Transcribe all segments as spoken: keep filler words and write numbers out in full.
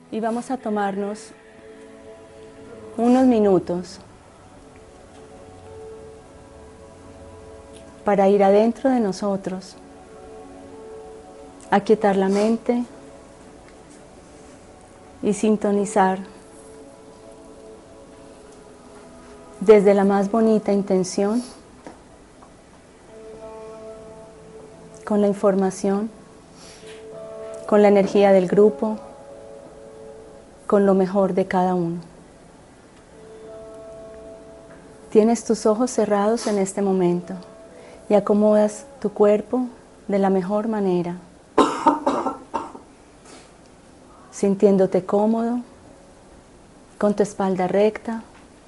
Y vamos a tomarnos unos minutos para ir adentro de nosotros, aquietar la mente y sintonizar desde la más bonita intención con la información, con la energía del grupo, con lo mejor de cada uno. Tienes tus ojos cerrados en este momento y acomodas tu cuerpo de la mejor manera, sintiéndote cómodo, con tu espalda recta.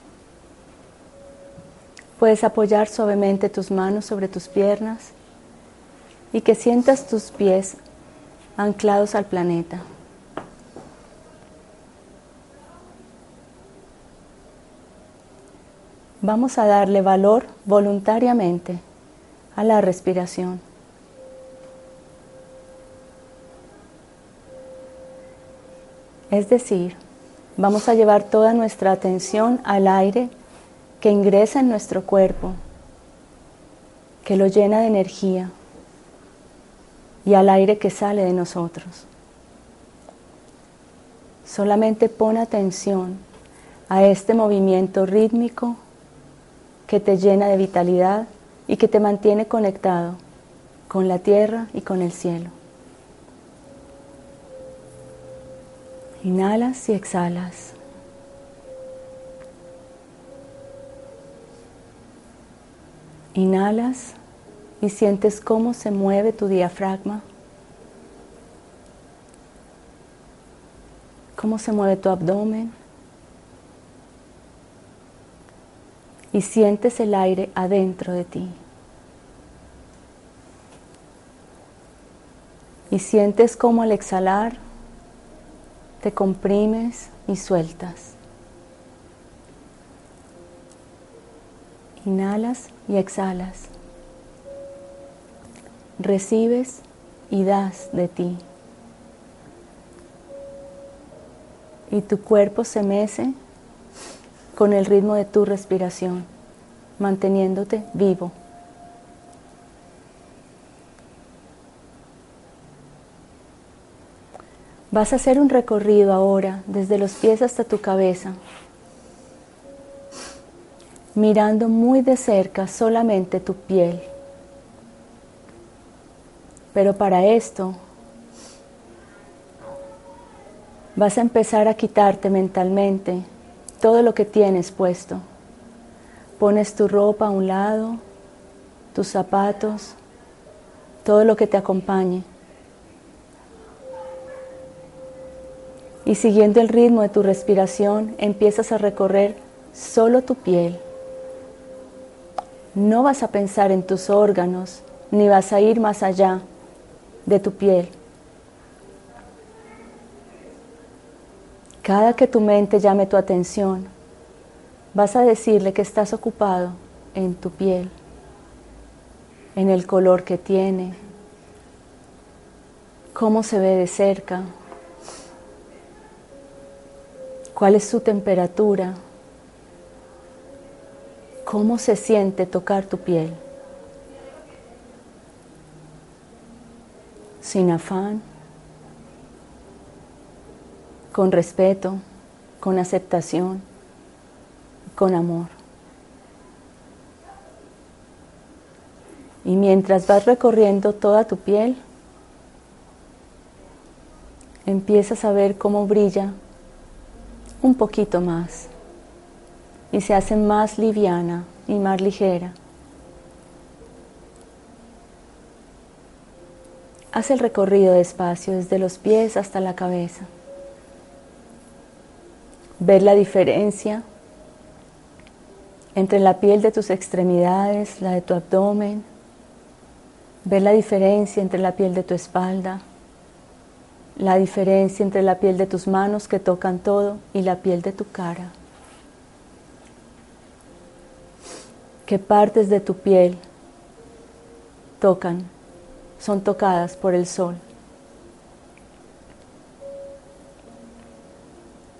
Puedes apoyar suavemente tus manos sobre tus piernas y que sientas tus pies anclados al planeta. Vamos a darle valor voluntariamente a la respiración. Es decir, vamos a llevar toda nuestra atención al aire que ingresa en nuestro cuerpo, que lo llena de energía, y al aire que sale de nosotros. Solamente pon atención a este movimiento rítmico que te llena de vitalidad y que te mantiene conectado con la tierra y con el cielo. Inhalas y exhalas. Inhalas y sientes cómo se mueve tu diafragma, cómo se mueve tu abdomen, y sientes el aire adentro de ti. Y sientes cómo al exhalar te comprimes y sueltas. Inhalas y exhalas. Recibes y das de ti. Y tu cuerpo se mece con el ritmo de tu respiración, manteniéndote vivo. Vas a hacer un recorrido ahora desde los pies hasta tu cabeza, mirando muy de cerca solamente tu piel. Pero para esto vas a empezar a quitarte mentalmente todo lo que tienes puesto. Pones tu ropa a un lado, tus zapatos, todo lo que te acompañe. Y siguiendo el ritmo de tu respiración, empiezas a recorrer solo tu piel. No vas a pensar en tus órganos, ni vas a ir más allá de tu piel. Cada que tu mente llame tu atención, vas a decirle que estás ocupado en tu piel, en el color que tiene, cómo se ve de cerca, cuál es su temperatura, cómo se siente tocar tu piel. Sin afán, con respeto, con aceptación, con amor. Y mientras vas recorriendo toda tu piel, empiezas a ver cómo brilla un poquito más y se hace más liviana y más ligera. Haz el recorrido despacio desde los pies hasta la cabeza. Ver la diferencia entre la piel de tus extremidades, la de tu abdomen. Ver la diferencia entre la piel de tu espalda, la diferencia entre la piel de tus manos que tocan todo y la piel de tu cara. ¿Qué partes de tu piel tocan, son tocadas por el sol?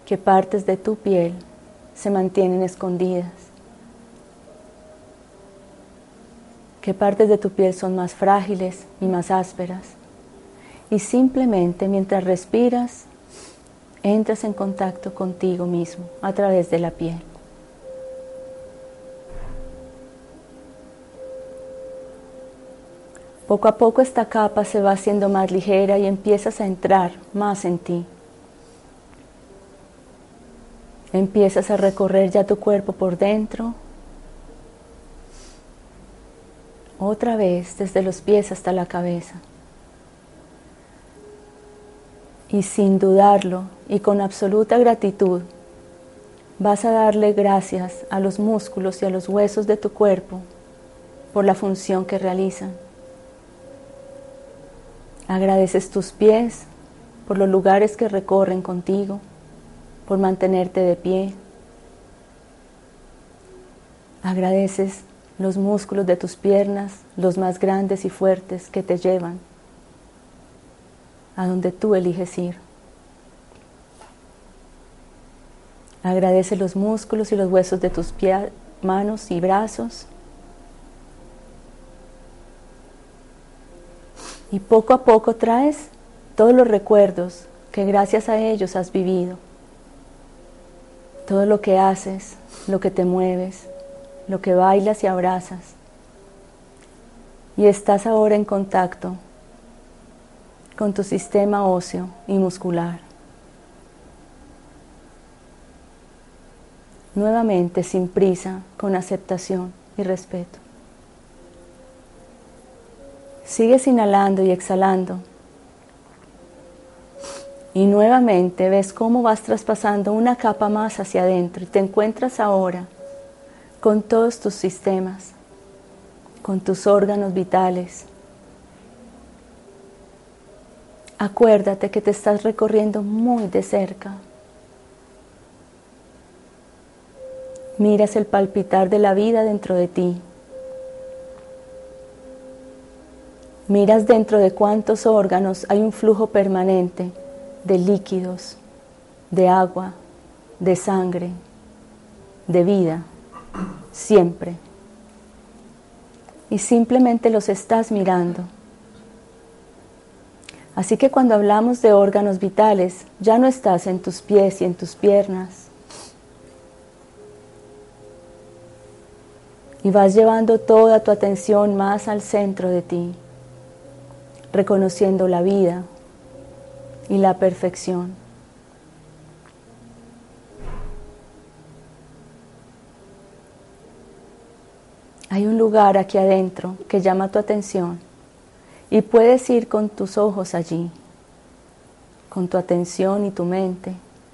que partes de tu piel se mantienen escondidas, que partes de tu piel son más frágiles y más ásperas. Y simplemente mientras respiras, entras en contacto contigo mismo a través de la piel. Poco a poco esta capa se va haciendo más ligera y empiezas a entrar más en ti. Empiezas a recorrer ya tu cuerpo por dentro. Otra vez desde los pies hasta la cabeza. Y sin dudarlo y con absoluta gratitud, vas a darle gracias a los músculos y a los huesos de tu cuerpo por la función que realizan. Agradeces tus pies por los lugares que recorren contigo, por mantenerte de pie. Agradeces los músculos de tus piernas, los más grandes y fuertes que te llevan a donde tú eliges ir. Agradece los músculos y los huesos de tus pies, manos y brazos. Y poco a poco traes todos los recuerdos que gracias a ellos has vivido. Todo lo que haces, lo que te mueves, lo que bailas y abrazas. Y estás ahora en contacto con tu sistema óseo y muscular. Nuevamente, sin prisa, con aceptación y respeto. Sigues inhalando y exhalando. Y nuevamente ves cómo vas traspasando una capa más hacia adentro y te encuentras ahora con todos tus sistemas, con tus órganos vitales. Acuérdate que te estás recorriendo muy de cerca. Miras el palpitar de la vida dentro de ti. Miras dentro de cuántos órganos hay un flujo permanente de líquidos, de agua, de sangre, de vida, siempre. Y simplemente los estás mirando. Así que cuando hablamos de órganos vitales, ya no estás en tus pies y en tus piernas. Y vas llevando toda tu atención más al centro de ti, reconociendo la vida y la perfección. Hay un lugar aquí adentro que llama tu atención y puedes ir con tus ojos allí, con tu atención y tu mente.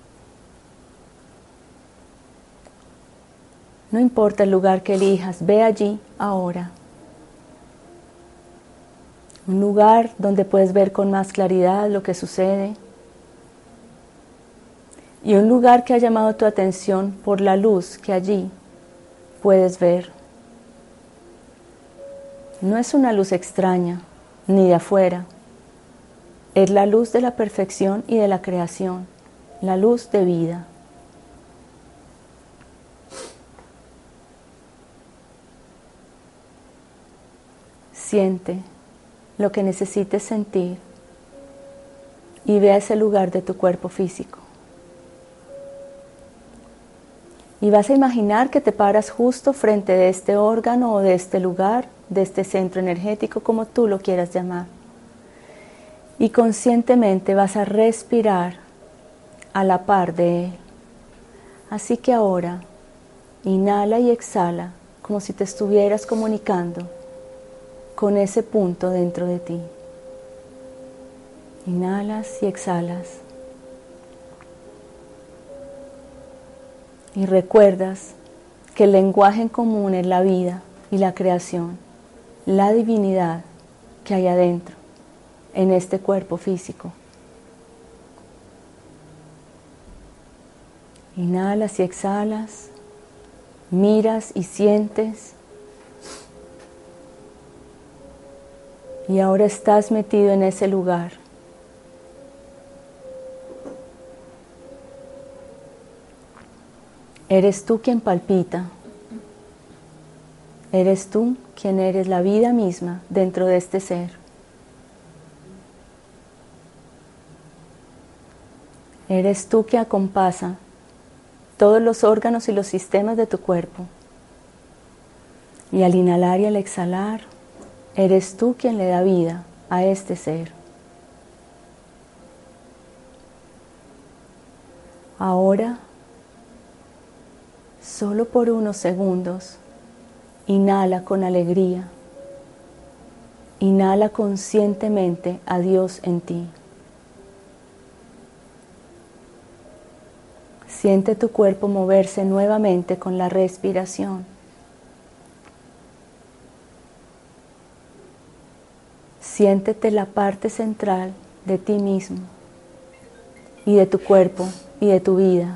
No importa el lugar que elijas, ve allí ahora. Un lugar donde puedes ver con más claridad lo que sucede. Y un lugar que ha llamado tu atención por la luz que allí puedes ver. No es una luz extraña, ni de afuera. Es la luz de la perfección y de la creación, la luz de vida. Siente lo que necesites sentir y ve a ese lugar de tu cuerpo físico. Y vas a imaginar que te paras justo frente de este órgano o de este lugar, de este centro energético, como tú lo quieras llamar. Y conscientemente vas a respirar a la par de él. Así que ahora, inhala y exhala como si te estuvieras comunicando con ese punto dentro de ti. Inhalas y exhalas. Y recuerdas que el lenguaje en común es la vida y la creación, la divinidad que hay adentro, en este cuerpo físico. Inhalas y exhalas, miras y sientes. Y ahora estás metido en ese lugar. Eres tú quien palpita. Eres tú quien eres la vida misma dentro de este ser. Eres tú que acompasa todos los órganos y los sistemas de tu cuerpo. Y al inhalar y al exhalar, eres tú quien le da vida a este ser. Ahora, solo por unos segundos, inhala con alegría. Inhala conscientemente a Dios en ti. Siente tu cuerpo moverse nuevamente con la respiración. Siéntete la parte central de ti mismo y de tu cuerpo y de tu vida.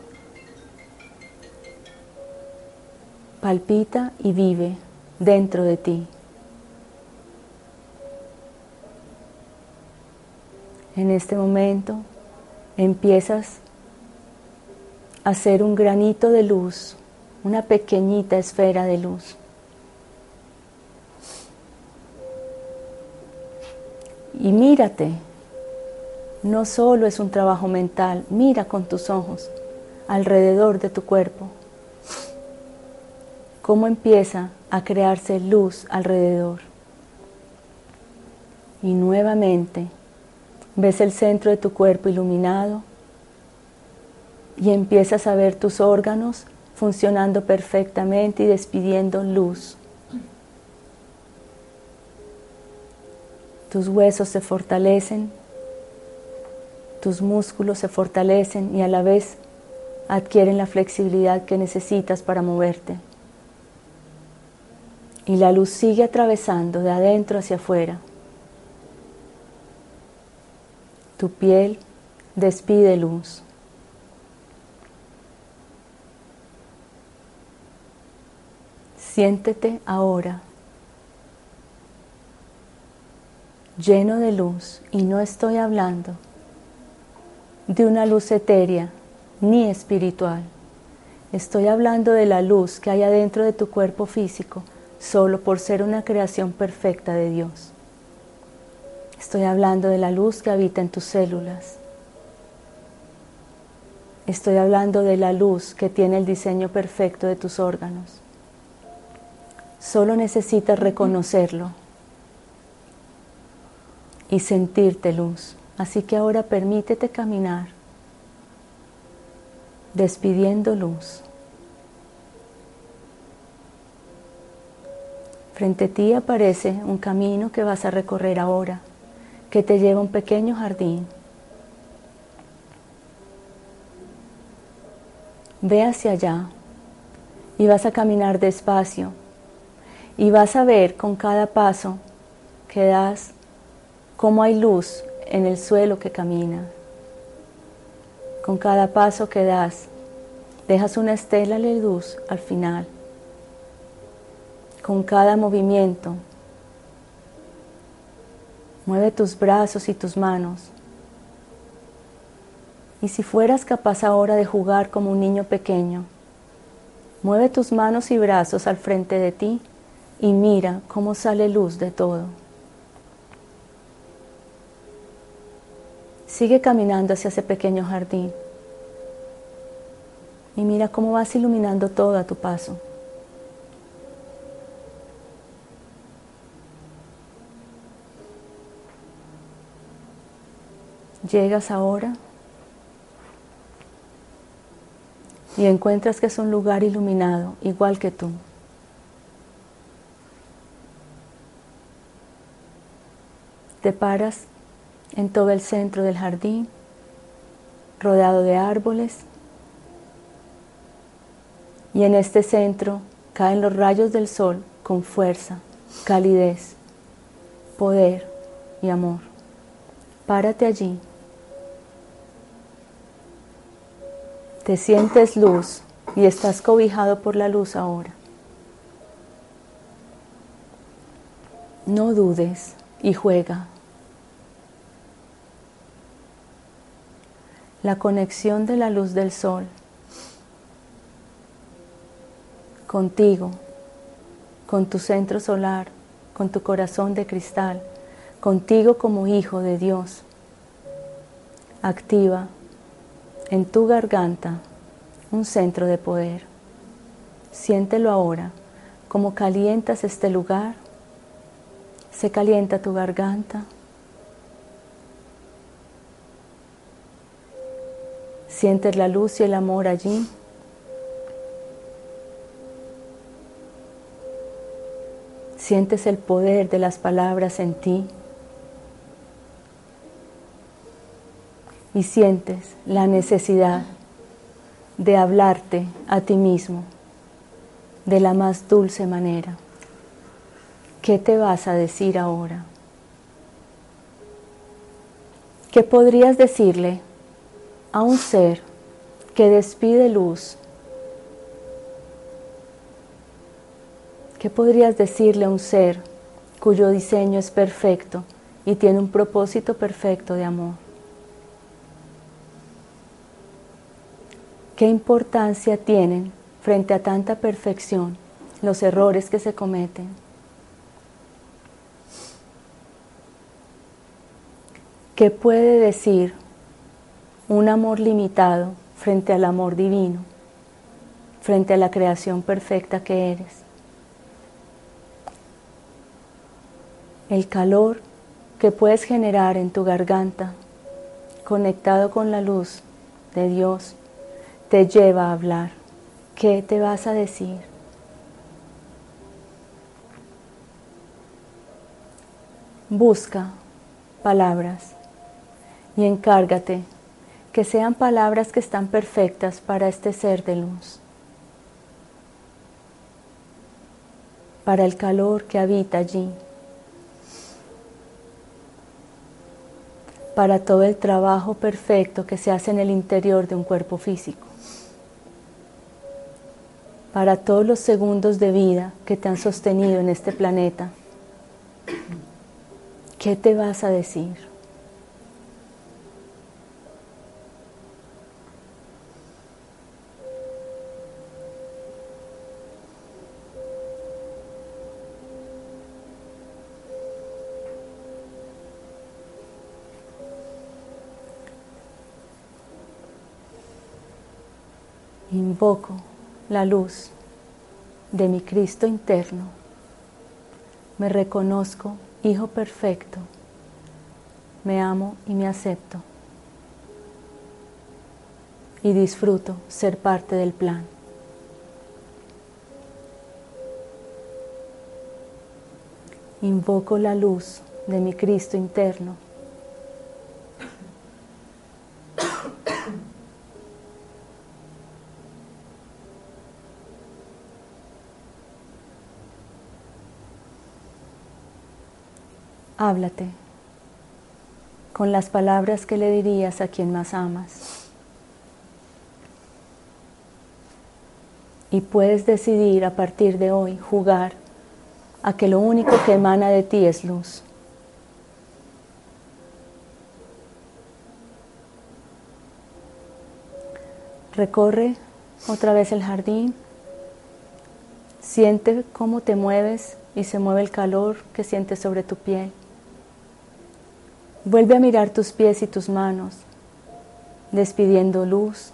Palpita y vive dentro de ti. En este momento empiezas a ser un granito de luz, una pequeñita esfera de luz. Y mírate, no solo es un trabajo mental, mira con tus ojos alrededor de tu cuerpo, cómo empieza a crearse luz alrededor. Y nuevamente ves el centro de tu cuerpo iluminado y empiezas a ver tus órganos funcionando perfectamente y despidiendo luz. Tus huesos se fortalecen, tus músculos se fortalecen y a la vez adquieren la flexibilidad que necesitas para moverte. Y la luz sigue atravesando de adentro hacia afuera. Tu piel despide luz. Siéntete ahora lleno de luz, y no estoy hablando de una luz etérea ni espiritual. Estoy hablando de la luz que hay adentro de tu cuerpo físico, solo por ser una creación perfecta de Dios. Estoy hablando de la luz que habita en tus células. Estoy hablando de la luz que tiene el diseño perfecto de tus órganos. Solo necesitas reconocerlo y sentirte luz. Así que ahora permítete caminar, despidiendo luz. Frente a ti aparece un camino que vas a recorrer ahora, que te lleva a un pequeño jardín. Ve hacia allá y vas a caminar despacio y vas a ver con cada paso que das cómo hay luz en el suelo que camina. Con cada paso que das, dejas una estela de luz al final. Con cada movimiento, mueve tus brazos y tus manos. Y si fueras capaz ahora de jugar como un niño pequeño, mueve tus manos y brazos al frente de ti y mira cómo sale luz de todo. Sigue caminando hacia ese pequeño jardín y mira cómo vas iluminando todo a tu paso. Llegas ahora y encuentras que es un lugar iluminado, igual que tú. Te paras en todo el centro del jardín, rodeado de árboles, y en este centro caen los rayos del sol con fuerza, calidez, poder y amor. Párate allí. Te sientes luz y estás cobijado por la luz ahora. No dudes y juega. La conexión de la luz del sol contigo, con tu centro solar, con tu corazón de cristal, contigo como hijo de Dios. Activa en tu garganta un centro de poder. Siéntelo ahora, como calientas este lugar, se calienta tu garganta. Sientes la luz y el amor allí. Sientes el poder de las palabras en ti. Y sientes la necesidad de hablarte a ti mismo de la más dulce manera. ¿Qué te vas a decir ahora? ¿Qué podrías decirle a un ser que despide luz? ¿Qué podrías decirle a un ser cuyo diseño es perfecto y tiene un propósito perfecto de amor? ¿Qué importancia tienen frente a tanta perfección los errores que se cometen? ¿Qué puede decir un amor limitado frente al amor divino, frente a la creación perfecta que eres? El calor que puedes generar en tu garganta, conectado con la luz de Dios, te lleva a hablar. ¿Qué te vas a decir? Busca palabras y encárgate que sean palabras que están perfectas para este ser de luz, para el calor que habita allí, para todo el trabajo perfecto que se hace en el interior de un cuerpo físico, para todos los segundos de vida que te han sostenido en este planeta. ¿Qué te vas a decir? Invoco la luz de mi Cristo interno. Me reconozco hijo perfecto. Me amo y me acepto. Y disfruto ser parte del plan. Invoco la luz de mi Cristo interno. Háblate con las palabras que le dirías a quien más amas. Y puedes decidir a partir de hoy jugar a que lo único que emana de ti es luz. Recorre otra vez el jardín. Siente cómo te mueves y se mueve el calor que sientes sobre tu piel. Vuelve a mirar tus pies y tus manos, despidiendo luz.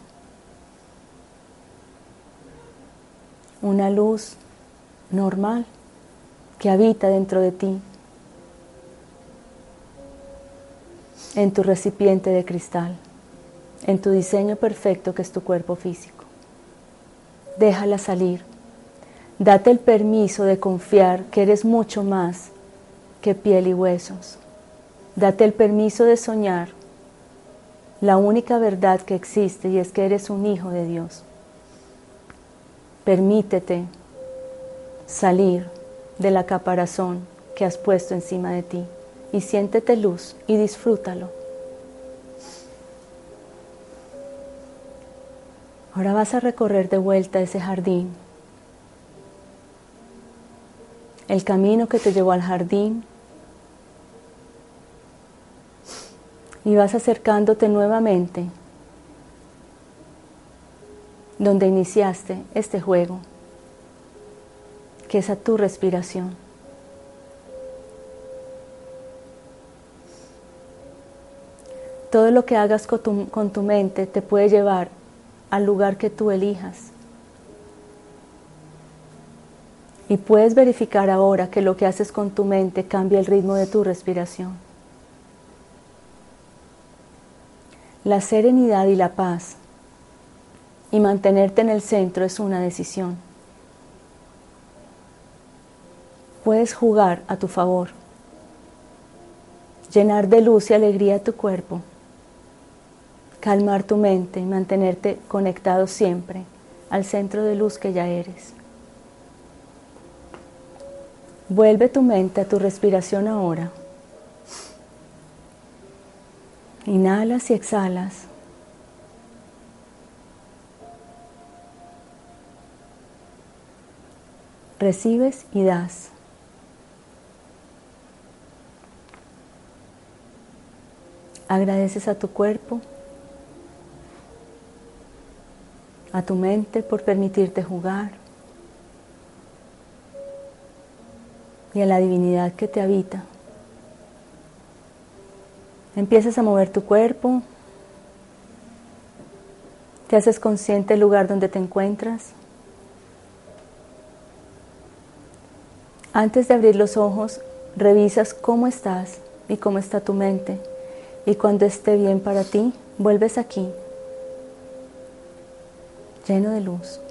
Una luz normal que habita dentro de ti, en tu recipiente de cristal, en tu diseño perfecto que es tu cuerpo físico. Déjala salir. Date el permiso de confiar que eres mucho más que piel y huesos. Date el permiso de soñar la única verdad que existe, y es que eres un hijo de Dios. Permítete salir de la caparazón que has puesto encima de ti y siéntete luz y disfrútalo. Ahora vas a recorrer de vuelta ese jardín, el camino que te llevó al jardín, y vas acercándote nuevamente donde iniciaste este juego, que es a tu respiración. Todo lo que hagas con tu, con tu mente te puede llevar al lugar que tú elijas. Y puedes verificar ahora que lo que haces con tu mente cambia el ritmo de tu respiración. La serenidad y la paz y mantenerte en el centro es una decisión. Puedes jugar a tu favor, llenar de luz y alegría tu cuerpo, calmar tu mente y mantenerte conectado siempre al centro de luz que ya eres. Vuelve tu mente a tu respiración ahora. Inhalas y exhalas. Recibes y das. Agradeces a tu cuerpo, a tu mente por permitirte jugar y a la divinidad que te habita. Empiezas a mover tu cuerpo, te haces consciente del lugar donde te encuentras. Antes de abrir los ojos, revisas cómo estás y cómo está tu mente. Y cuando esté bien para ti, vuelves aquí, lleno de luz.